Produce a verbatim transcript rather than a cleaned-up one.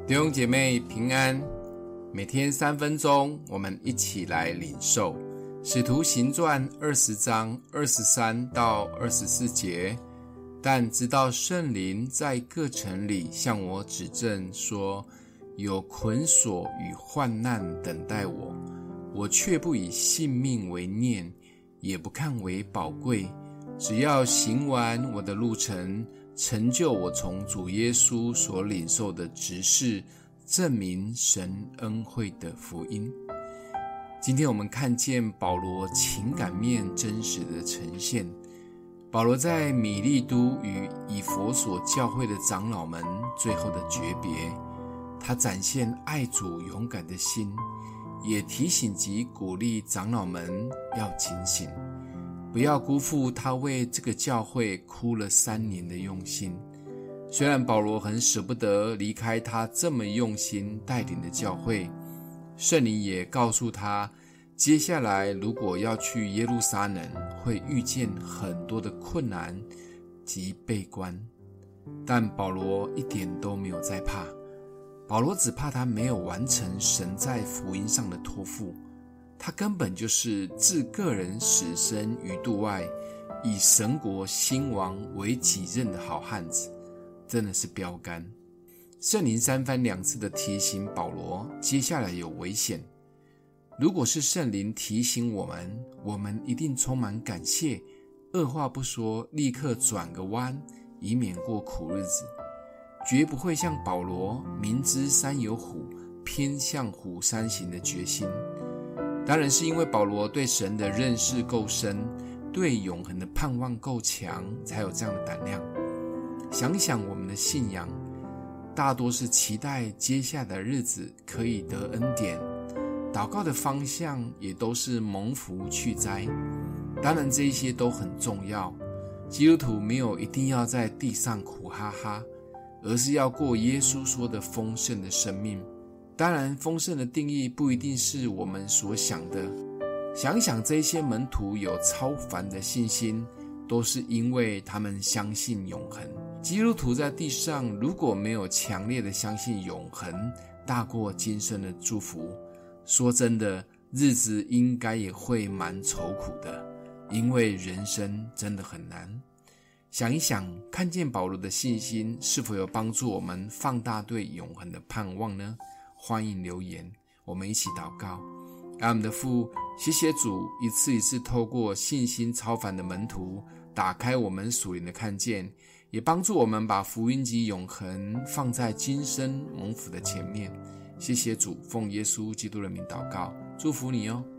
弟兄姐妹平安，每天三分钟，我们一起来领受使徒行传二十章二十三到二十四节。但直到圣灵在各城里向我指证说，有捆锁与患难等待我，我却不以性命为念，也不看为宝贵，只要行完我的路程，成就我从主耶稣所领受的职事，证明神恩惠的福音。今天我们看见保罗情感面真实的呈现。保罗在米利都与以弗所教会的长老们最后的诀别，他展现爱主勇敢的心，也提醒及鼓励长老们要警醒，不要辜负他为这个教会哭了三年的用心。虽然保罗很舍不得离开他这么用心带领的教会，圣灵也告诉他，接下来如果要去耶路撒冷，会遇见很多的困难及被关，但保罗一点都没有在怕。保罗只怕他没有完成神在福音上的托付，他根本就是置个人死生于度外，以神国兴亡为己任的好汉子，真的是标杆。圣灵三番两次的提醒保罗，接下来有危险。如果是圣灵提醒我们，我们一定充满感谢，二话不说，立刻转个弯，以免过苦日子。绝不会像保罗明知山有虎，偏向虎山行的决心。当然是因为保罗对神的认识够深，对永恒的盼望够强，才有这样的胆量。想想我们的信仰，大多是期待接下的日子可以得恩典，祷告的方向也都是蒙福去灾。当然这一些都很重要，基督徒没有一定要在地上苦哈哈，而是要过耶稣说的丰盛的生命。当然丰盛的定义不一定是我们所想的，想想这些门徒有超凡的信心，都是因为他们相信永恒。基督徒在地上如果没有强烈的相信永恒大过今生的祝福，说真的，日子应该也会蛮愁苦的，因为人生真的很难。想一想，看见保罗的信心是否有帮助我们放大对永恒的盼望呢？欢迎留言，我们一起祷告。爱我们的父，谢谢主一次一次透过信心超凡的门徒，打开我们属灵的看见，也帮助我们把福音及永恒放在今生蒙福的前面。谢谢主，奉耶稣基督的名祷告，祝福你哦。